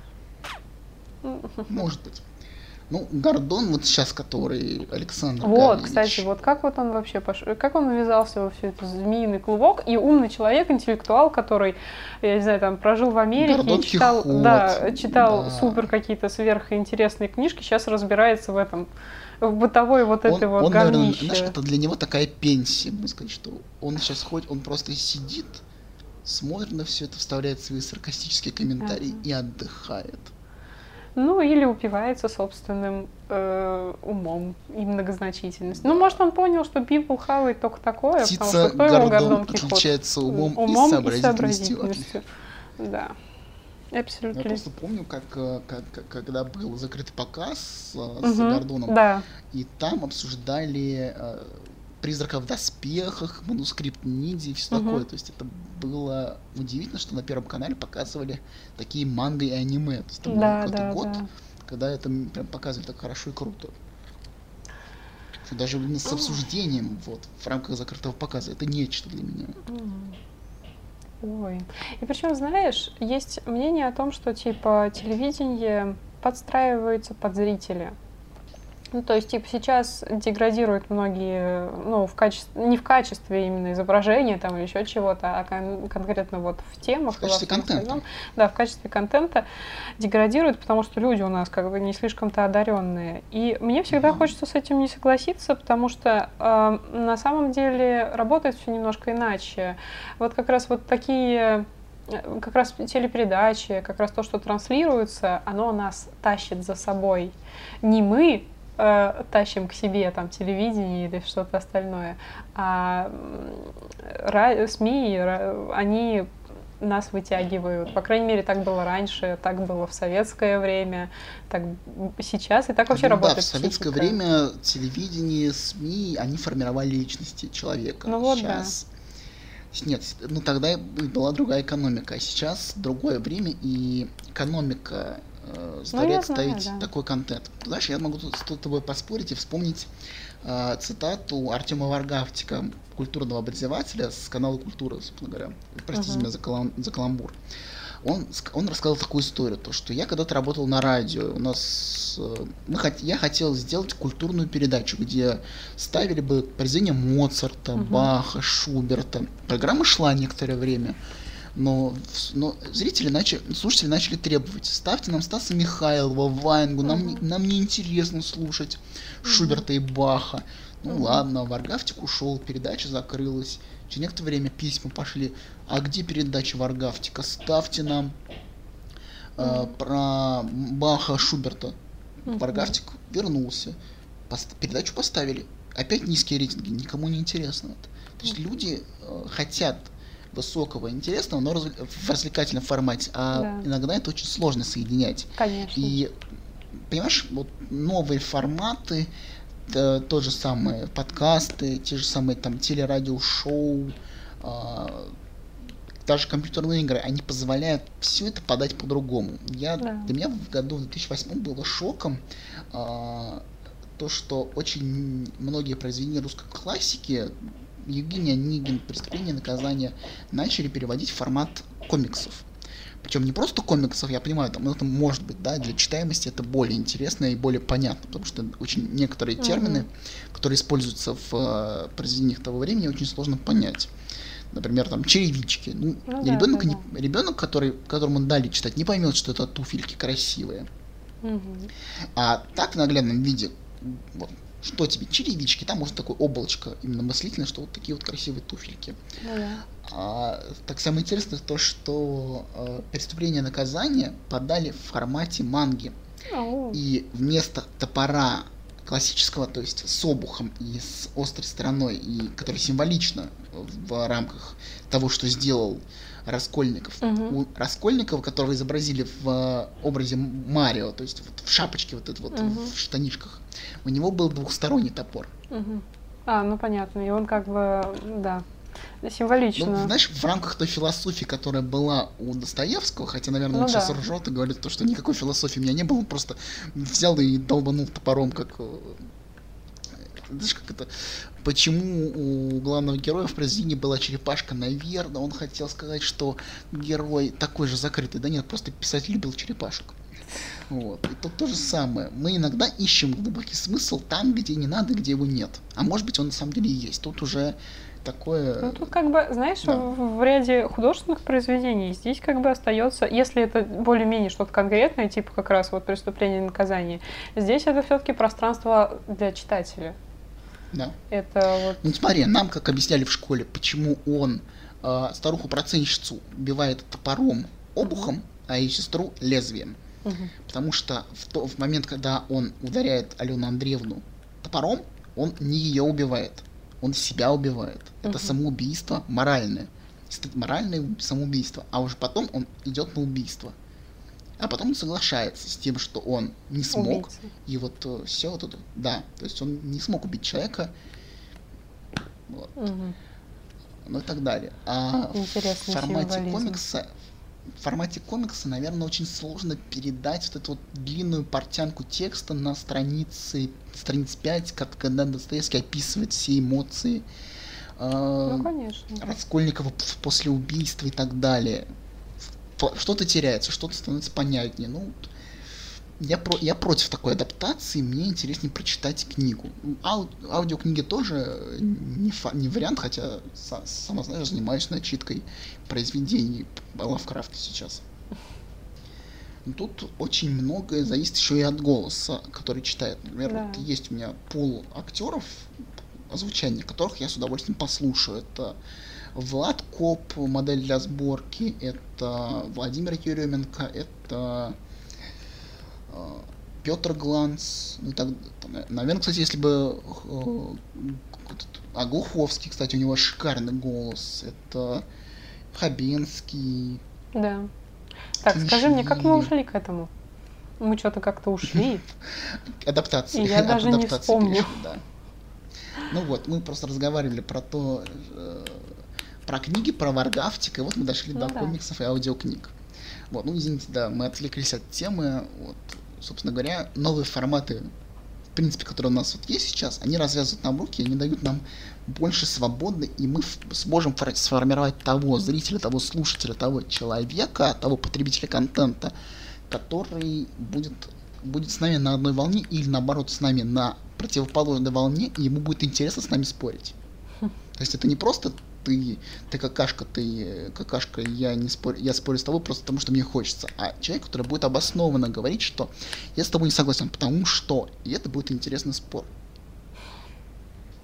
Может быть. Гордон, вот сейчас, который Александр Галич. Кстати, вот как вот он вообще пошел, как он ввязался во все это змеиный клубок, и умный человек, интеллектуал, который, я не знаю, там, прожил в Америке Гордон и читал супер какие-то сверхинтересные книжки, сейчас разбирается в этом, в бытовой этой говнище. Наверное, знаешь, это для него такая пенсия, можно сказать, что он сейчас он просто сидит, смотрит на все это, вставляет свои саркастические комментарии и отдыхает. Или упивается собственным умом и многозначительностью. Может, он понял, что people хавает только такое, Птица потому что кто его Гордон отличается умом и сообразительностью. Да, абсолютно. Я просто помню, когда был закрытый показ с Гордоном, и там обсуждали «Призрака в доспехах», манускрипт Ниндзя и все такое. То есть это было удивительно, что на Первом канале показывали такие манго и аниме. То есть это был какой-то год, когда это прям показывали так хорошо и круто. Что даже с обсуждением в рамках закрытого показа это нечто для меня. Ой. И причем, знаешь, есть мнение о том, что типа телевидение подстраивается под зрителя. То есть, сейчас деградируют многие, не в качестве именно изображения там или еще чего-то, а конкретно вот в темах. В качестве контента. Да, в качестве контента деградируют, потому что люди у нас как бы не слишком-то одаренные. И мне всегда хочется с этим не согласиться, потому что на самом деле работает все немножко иначе. Вот как раз вот такие... Как раз телепередачи, как раз то, что транслируется, оно нас тащит за собой. Не мы тащим к себе там телевидение или что-то остальное, а СМИ, они нас вытягивают. По крайней мере, так было раньше, так было в советское время, так сейчас и так вообще работает. В советское время телевидение, СМИ, они формировали личности человека. Сейчас... Нет, тогда была другая экономика, а сейчас другое время, и экономика заставляет ставить такой контент. Знаешь, я могу с тобой поспорить и вспомнить цитату Артема Варгавтика, культурного обозревателя с канала «Культура», собственно говоря. Простите меня за каламбур. Он рассказал такую историю, то, что я когда-то работал на радио, я хотел сделать культурную передачу, где ставили бы произведения Моцарта, Баха, Шуберта. Программа шла некоторое время, но слушатели начали требовать: ставьте нам Стаса Михайлова, Ваенгу, нам неинтересно слушать Шуберта и Баха. Ну ладно, Варгавтик ушел, передача закрылась. Через некоторое время письма пошли. А где передача Варгавтика? Ставьте нам про Баха, Шуберта. Варгавтик вернулся. Передачу поставили. Опять низкие рейтинги, никому не интересно это. То есть люди хотят высокого, интересного, но в развлекательном формате. А иногда это очень сложно соединять. Конечно. И, понимаешь, вот новые форматы, тот же самые подкасты, те же самые там телерадиошоу, даже компьютерные игры, они позволяют все это подать по-другому. Для меня в году в 2008 было шоком то, что очень многие произведения русской классики, Евгений Онегин, «Преступление и наказание», начали переводить в формат комиксов. Причем не просто комиксов, я понимаю, там, это может быть, да, для читаемости это более интересно и более понятно, потому что очень некоторые термины, которые используются в произведениях того времени, очень сложно понять. Например, там черевички. Ребенок, которому дали читать, не поймет, что это туфельки красивые. А так в наглядном виде, вот, что тебе, черевички, там может такое облачко именно мыслительное, что вот такие вот красивые туфельки. Так самое интересное то, что «Преступление и наказание» подали в формате манги. И вместо топора классического, то есть с обухом и с острой стороной, и который символично в рамках того, что сделал Раскольников. У Раскольникова, которого изобразили в образе Марио, то есть вот в шапочке вот это вот, в штанишках, у него был двухсторонний топор. Ну понятно, и он как бы, да, символично. Ну, знаешь, в рамках той философии, которая была у Достоевского, хотя, наверное, он сейчас ржет и говорит, что никакой философии у меня не было, он просто взял и долбанул топором, как... Знаешь, как это... Почему у главного героя в произведении была черепашка? Наверное, он хотел сказать, что герой такой же закрытый. Да нет, просто писатель любил черепашек. Вот. И тут то же самое. Мы иногда ищем глубокий смысл там, где не надо, где его нет. А может быть, он на самом деле и есть. Тут уже такое... Ну, тут как бы, знаешь, в ряде художественных произведений здесь как бы остается, если это более-менее что-то конкретное, типа как раз вот «Преступление и наказание», здесь это все-таки пространство для читателя. Да. Это вот... Ну смотри, нам как объясняли в школе, почему он старуху-процентщицу убивает топором обухом, а ее сестру лезвием. Потому что в момент, когда он ударяет Алену Андреевну топором, он не ее убивает, он себя убивает. Это самоубийство моральное. Моральное самоубийство. А уже потом он идет на убийство. А потом он соглашается с тем, что он не смог. Убийца. И вот все вот это. Да, то есть он не смог убить человека. Вот. Ну и так далее. А в формате комикса, наверное, очень сложно передать вот эту вот длинную портянку текста на страниц 5, когда Достоевский описывает все эмоции Раскольникова после убийства и так далее. Что-то теряется, что-то становится понятнее. Ну, я против такой адаптации, мне интереснее прочитать книгу. Аудиокниги тоже не вариант, хотя, сама знаешь, занимаюсь начиткой произведений Лавкрафта сейчас. Но тут очень многое зависит еще и от голоса, который читает. Например, вот есть у меня пул актеров, озвучания которых я с удовольствием послушаю. Это Влад Коп, модель для сборки, это Владимир Еременко, это Петр Гланц. Ну, так, наверное, кстати, если бы Глуховский, кстати, у него шикарный голос, это Хабенский. Да. Так, скажи мне, как мы ушли к этому? Мы что-то как-то ушли. Адаптация. Я даже не вспомню. Ну вот, мы просто разговаривали про книги, про Варгавтика, и вот мы дошли до комиксов и аудиокниг. Вот, ну извините, да, мы отвлеклись от темы. Вот, собственно говоря, новые форматы, в принципе, которые у нас вот есть сейчас, они развязывают нам руки, они дают нам больше свободы, и мы сможем сформировать того зрителя, того слушателя, того человека, того потребителя контента, который будет с нами на одной волне или наоборот с нами на противоположной волне, и ему будет интересно с нами спорить. То есть это не просто ты какашка, я не спорю, я спорю с тобой просто потому, что мне хочется, а человек, который будет обоснованно говорить, что я с тобой не согласен, потому что, и это будет интересный спор.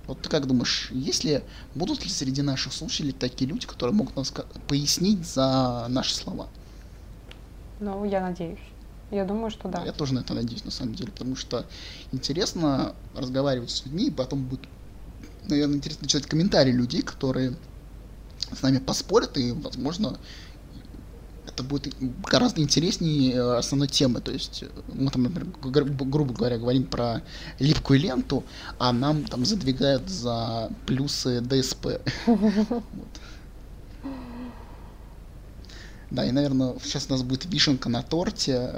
Вот ты как думаешь, будут ли среди наших слушателей такие люди, которые могут нам пояснить за наши слова? Ну, я надеюсь. Я думаю, что да. Я тоже на это надеюсь, на самом деле, потому что интересно разговаривать с людьми, и потом будет, наверное, интересно читать комментарии людей, которые с нами поспорят, и, возможно, это будет гораздо интереснее основной темы. То есть мы там, например, грубо говоря, говорим про липкую ленту, а нам там задвигают за плюсы ДСП. Да, и, наверное, сейчас у нас будет вишенка на торте.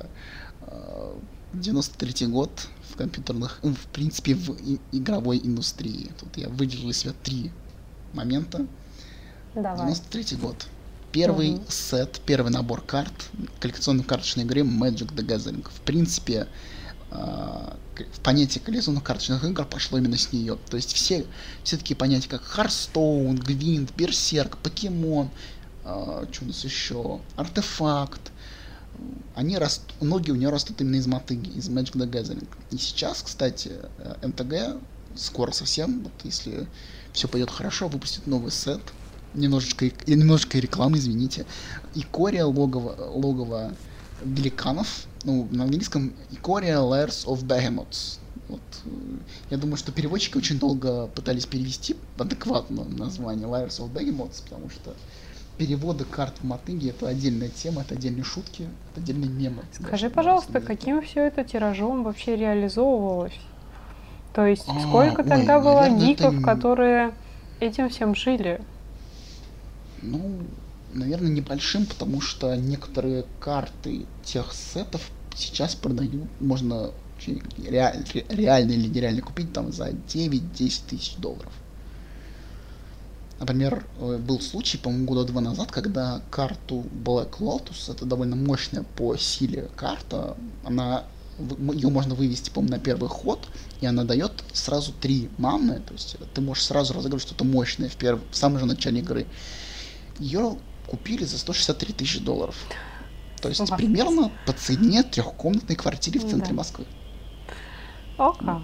93-й год в компьютерных, в принципе, в игровой индустрии. Тут я выделил из себя 3 момента. Давай. 93-й год. Первый сет, первый набор карт коллекционной карточной игры Magic the Gathering. В принципе, понятие коллекционных карточных игр пошло именно с нее. То есть все такие понятия, как Hearthstone, Gwent, Berserk, Покемон, что у нас еще, Артефакт, многие у нее растут именно из мотыги, из Magic the Gathering. И сейчас, кстати, МТГ скоро совсем, вот если все пойдет хорошо, выпустит новый сет. Немножечко рекламы, извините. Икория логово великанов. Ну, на английском Икория Lairs of Behemoths. Вот. Я думаю, что переводчики очень долго пытались перевести адекватно название Lairs of Behemoths, потому что переводы карт в мотыге — это отдельная тема, это отдельные шутки, это отдельные мемы. Скажи, пожалуйста, каким все это тиражом вообще реализовывалось? То есть сколько тогда было гиков, которые этим всем жили? Ну, наверное, небольшим, потому что некоторые карты тех сетов сейчас продают, можно реально или нереально купить там за 9-10 тысяч долларов. Например, был случай, по-моему, 2 года назад, когда карту Black Lotus, это довольно мощная по силе карта, ее можно вывести, по-моему, на первый ход, и она дает сразу 3 маны, то есть ты можешь сразу разыграть что-то мощное в самом же начале игры. Ее купили за 163 тысячи долларов. То есть примерно по цене 3-комнатной квартиры в центре Москвы. Вот.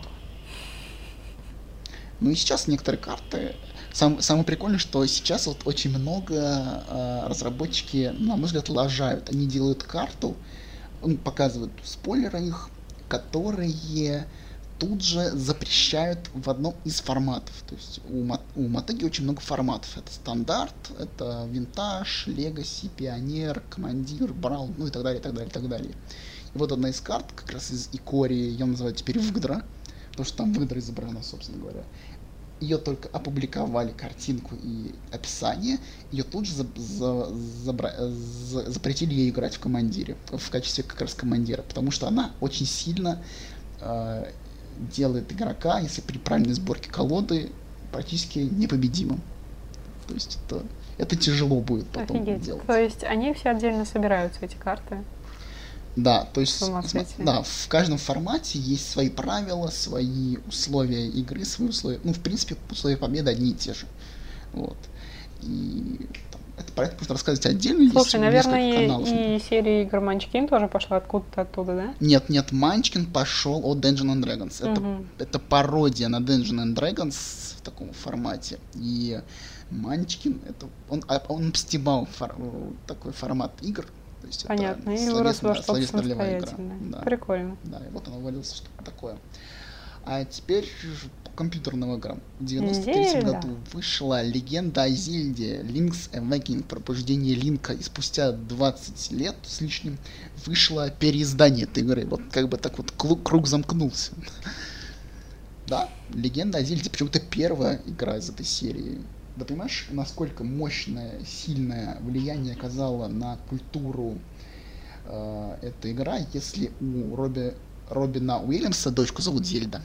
Ну и сейчас некоторые карты... Самое прикольное, что сейчас вот очень много разработчики, на мой взгляд, лажают. Они делают карту, показывают спойлеры их, которые тут же запрещают в одном из форматов. То есть у мотыги очень много форматов. Это стандарт, это винтаж, легаси, пионер, командир, браун, ну и так далее, и так далее, и так далее. И вот одна из карт, как раз из Икории, ее называют теперь Выгдра, потому что там Выгдра изображена, собственно говоря. Ее только опубликовали, картинку и описание, ее тут же запретили ей играть в командире, в качестве как раз командира, потому что она очень сильно делает игрока, если при правильной сборке колоды, практически непобедимым. То есть это тяжело будет потом делать. То есть они все отдельно собираются, эти карты? Да, то есть в каждом формате есть свои правила, свои условия игры, свои условия. Ну, в принципе, условия победы одни и те же. Вот. И про это можно рассказывать отдельно. Слушай, наверное, и серия игр Munchkin тоже пошла откуда-то оттуда, да? Нет, Munchkin пошел от Dungeons and Dragons. Это пародия на Dungeons and Dragons в таком формате. И Munchkin, он стебал такой формат игр. То есть понятно, и вырос во что-то самостоятельное. Да. Прикольно. Да, и вот оно вылилось что-то такое. А теперь по компьютерным играм. В 93 году вышла «Легенда о Зельде», Link's Awakening, пробуждение Линка, и спустя 20 лет с лишним вышло переиздание этой игры. Вот как бы так вот круг замкнулся. Да, «Легенда о Зельде» почему-то первая игра из этой серии. Да понимаешь, насколько мощное, сильное влияние оказала на культуру эта игра, если у Робина Уильямса дочку зовут Зельда.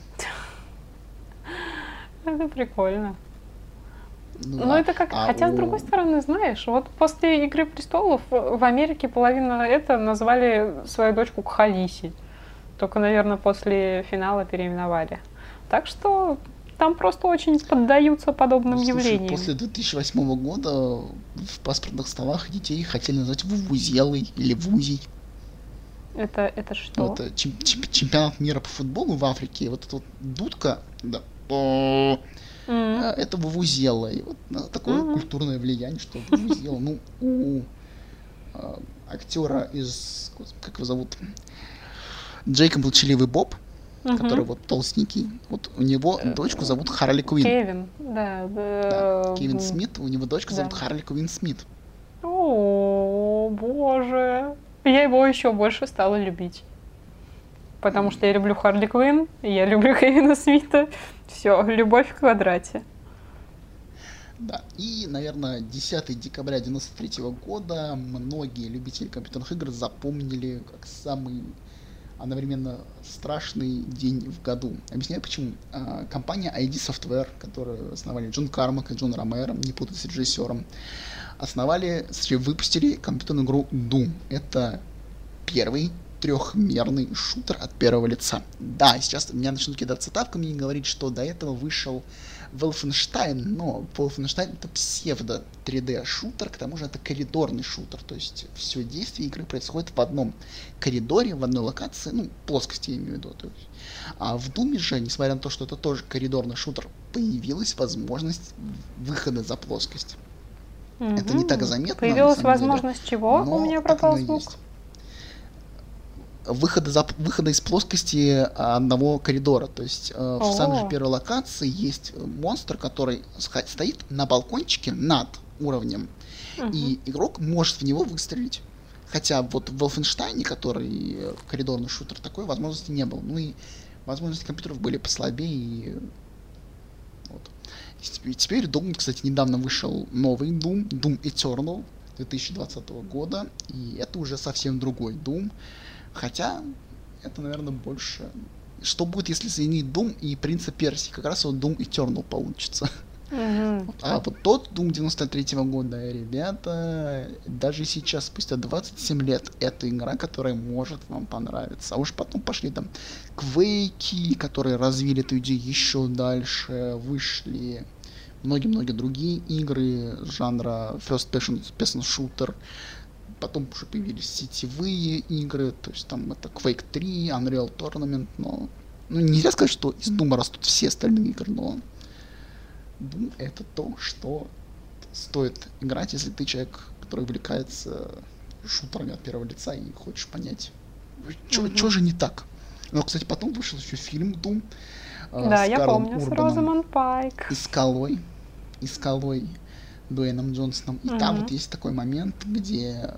Это прикольно. Ну, это как... Хотя, с другой стороны, знаешь, вот после «Игры престолов» в Америке половина назвали свою дочку Кхалиси. Только, наверное, после финала переименовали. Так что... Там просто очень поддаются подобным явлениям. После 2008 года в паспортных столах детей хотели назвать Вувузелой или Вузей. Это что? Это чемпионат мира по футболу в Африке. Вот эта вот дудка, да, Это Вувузела. И вот такое культурное влияние, что Вувузела. Ну, у актера из... Как его зовут? Джейкоб Молчаливый Боб, который вот толстенький. Вот у него дочку зовут Харли Квинн. Кевин, да. Кевин Смит, у него дочка зовут Харли Квинн Смит. О, боже. Я его еще больше стала любить. Потому что я люблю Харли Квинн, я люблю Кевина Смита. Все, любовь в квадрате. Да, и, наверное, 10 декабря 1993 года многие любители компьютерных игр запомнили как самый одновременно страшный день в году. Объясняю почему. Компания ID Software, которую основали Джон Кармак и Джон Ромеро, не путать с режиссером, выпустили компьютерную игру Doom. Это первый трехмерный шутер от первого лица. Да, сейчас меня начнут кидаться тапками и говорить, что до этого вышел Wolfenstein, но Wolfenstein это псевдо 3D шутер, к тому же это коридорный шутер, то есть все действие игры происходит в одном коридоре, в одной локации, ну, плоскости я имею в виду. То есть. А в Doom же, несмотря на то, что это тоже коридорный шутер, появилась возможность выхода за плоскость. Это не так заметно. Появилась возможность чего? У меня пропал звук. Выхода из плоскости одного коридора. То есть в самой же первой локации есть монстр, который стоит на балкончике над уровнем, и игрок может в него выстрелить. Хотя вот в Wolfenstein, который коридорный шутер, такой возможности не было. Ну и возможности компьютеров были послабее. И вот. И теперь Doom, кстати, недавно вышел новый Doom Eternal 2020 года, и это уже совсем другой Doom. Хотя, это, наверное, больше... Что будет, если соединить Doom и Принца Персии? Как раз вот Doom Eternal получится. А вот тот Doom 93-го года, ребята, даже сейчас, спустя 27 лет, это игра, которая может вам понравиться. А уж потом пошли там Quake, которые развили эту идею еще дальше, вышли многие-многие другие игры жанра First Person Shooter. Потом уже появились сетевые игры, то есть там это Quake 3, Unreal Tournament, но... Ну, нельзя сказать, что из Doom растут все остальные игры, но... Doom это то, что стоит играть, если ты человек, который увлекается шутерами от первого лица и хочешь понять, что же не так. Но, кстати, потом вышел еще фильм Doom. Да, я помню, с Розамонд Пайк. И скалой Дуэйном Джонсоном. И там вот есть такой момент, где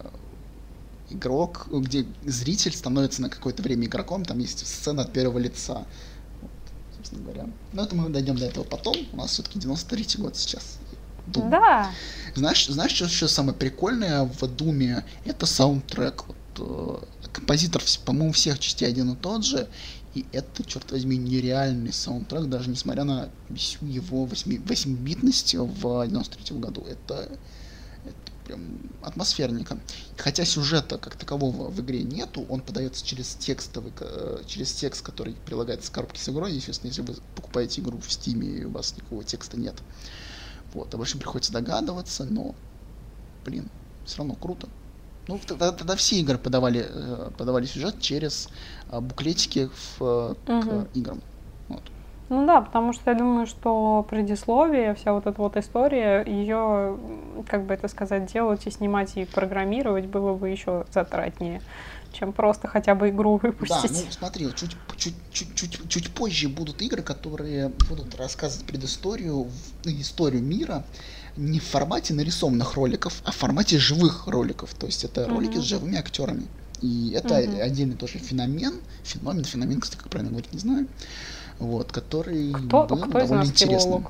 где зритель становится на какое-то время игроком, там есть сцена от первого лица. Вот, собственно говоря. Но это мы дойдем до этого потом. У нас все-таки 93-й год сейчас. Doom. Да. Знаешь, что еще самое прикольное в Думе? Это саундтрек. Вот, композитор, по-моему, всех частей один и тот же. И это, черт возьми, нереальный саундтрек, даже несмотря на всю его 8-битность в 93-м году. Это прям атмосферника. Хотя сюжета как такового в игре нету, он подается через текст, который прилагается к коробке с игрой. Естественно, если вы покупаете игру в Steam, и у вас никакого текста нет. Вот, обычно приходится догадываться, но, блин, все равно круто. Ну, тогда все игры подавали сюжет через буклетики к играм. Вот. Ну да, потому что я думаю, что предисловие, вся вот эта вот история, ее, как бы это сказать, делать и снимать и программировать было бы еще затратнее, чем просто хотя бы игру выпустить. Да, ну смотри, чуть позже будут игры, которые будут рассказывать предысторию, историю мира, не в формате нарисованных роликов, а в формате живых роликов. То есть это ролики с живыми актерами. И это отдельный тоже феномен, кстати, как правильно говорить, не знаю. Вот, который был довольно интересным.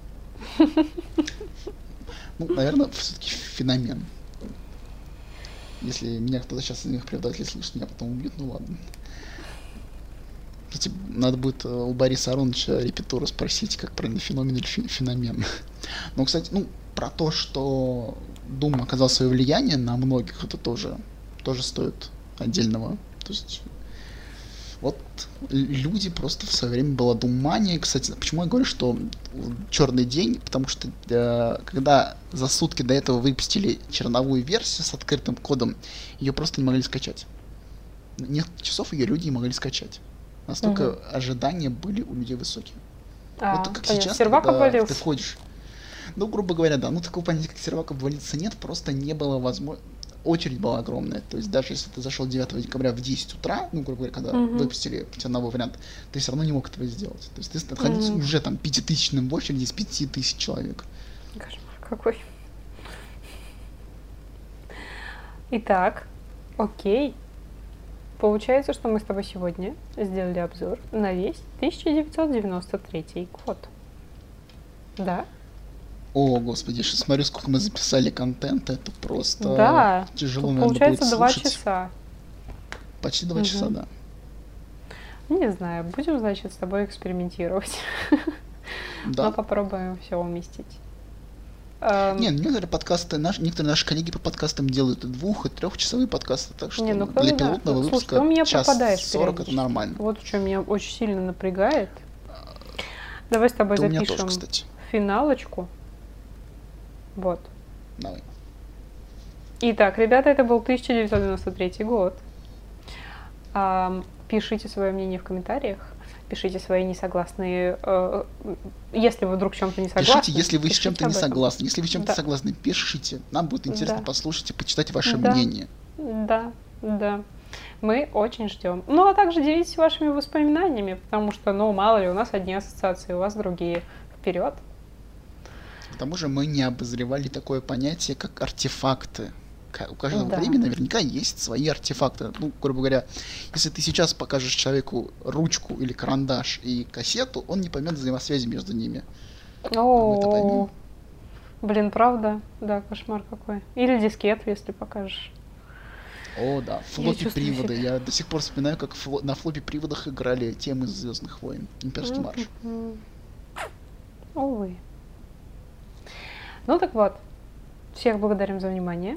Ну, наверное, все-таки феномен. Если меня кто-то сейчас из них преподавателей слышит, меня потом убьют, ну ладно. Кстати, надо будет у Бориса Ароновича репетура спросить, как правильно, феномен или феномен. Ну, кстати, про то, что Doom оказал свое влияние на многих, это тоже стоит отдельного. То есть, вот люди просто в свое время была Doom-мания. Кстати, почему я говорю, что черный день? Потому что когда за сутки до этого выпустили черновую версию с открытым кодом, ее просто не могли скачать. Несколько часов ее люди не могли скачать. Настолько ожидания были у людей высокие. Вот как понятно. сейчас, Сервак когда ты обвалился. входишь, ну, грубо говоря, да, ну, такого понятия, как сервак обвалиться нет, просто не было возможности. Очередь была огромная, то есть даже если ты зашел 9 декабря в 10 утра, ну, грубо говоря, когда Мгм. выпустили у тебя новый вариант, ты все равно не мог этого сделать. То есть ты находился Мгм. уже там пятитысячным в очереди из 5000 человек. Кошмар какой. Итак, окей. Получается, что мы с тобой сегодня сделали обзор на весь 1993 год. Да? О, господи, я сейчас смотрю, сколько мы записали контента, это просто Да. тяжело, Тут наверное, получается будет 2 слушать. часа. Почти 2 часа, Мгм. да. Не знаю, будем, значит, с тобой экспериментировать. Но Да. попробуем все уместить. Не, некоторые подкасты, некоторые наши коллеги по подкастам делают и 2-, и 3-часовые подкасты, так что Не, ну для кто-то да. пилотного Слушай, выпуска ты у меня час пропадаешь 40 это периодически. нормально. Вот что меня очень сильно напрягает. Давай с тобой Это у меня тоже, запишем кстати. финалочку. Вот. Давай. Итак, ребята, это был 1993 год. Пишите свое мнение в комментариях. Пишите свои несогласные... если вы вдруг в чем-то не согласны. Пишите, если вы с чем-то об не этом. согласны. Если вы с чем-то Да. согласны, пишите. Нам будет интересно Да. послушать и почитать ваше Да. мнение. Да, да. Мы очень ждем. Ну, а также делитесь вашими воспоминаниями, потому что, ну, мало ли, у нас одни ассоциации, у вас другие. Вперед. К тому же мы не обозревали такое понятие, как артефакты. У каждого Да. времени наверняка есть свои артефакты. Ну, грубо говоря, если ты сейчас покажешь человеку ручку или карандаш и кассету, он не поймет взаимосвязи между ними. мы-то поймем. О, блин, правда? Да, кошмар какой. Или дискету, если покажешь. О, да, Я чувствую флоппи-приводы. себя. Я до сих пор вспоминаю, как на флоппи-приводах играли темы из Звездных войн. Имперский марш. Мгм. Увы. Ну так вот, всех благодарим за внимание.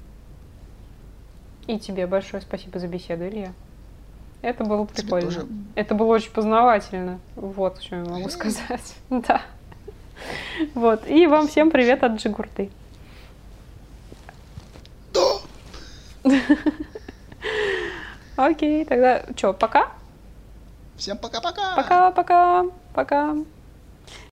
И тебе большое спасибо за беседу, Илья. Это было Тебе прикольно. тоже. Это было очень познавательно. Вот что я могу сказать. Да. Вот. И вам всем привет от Джигурты. Да! Окей, тогда что, пока? Всем пока-пока! Пока-пока. Пока.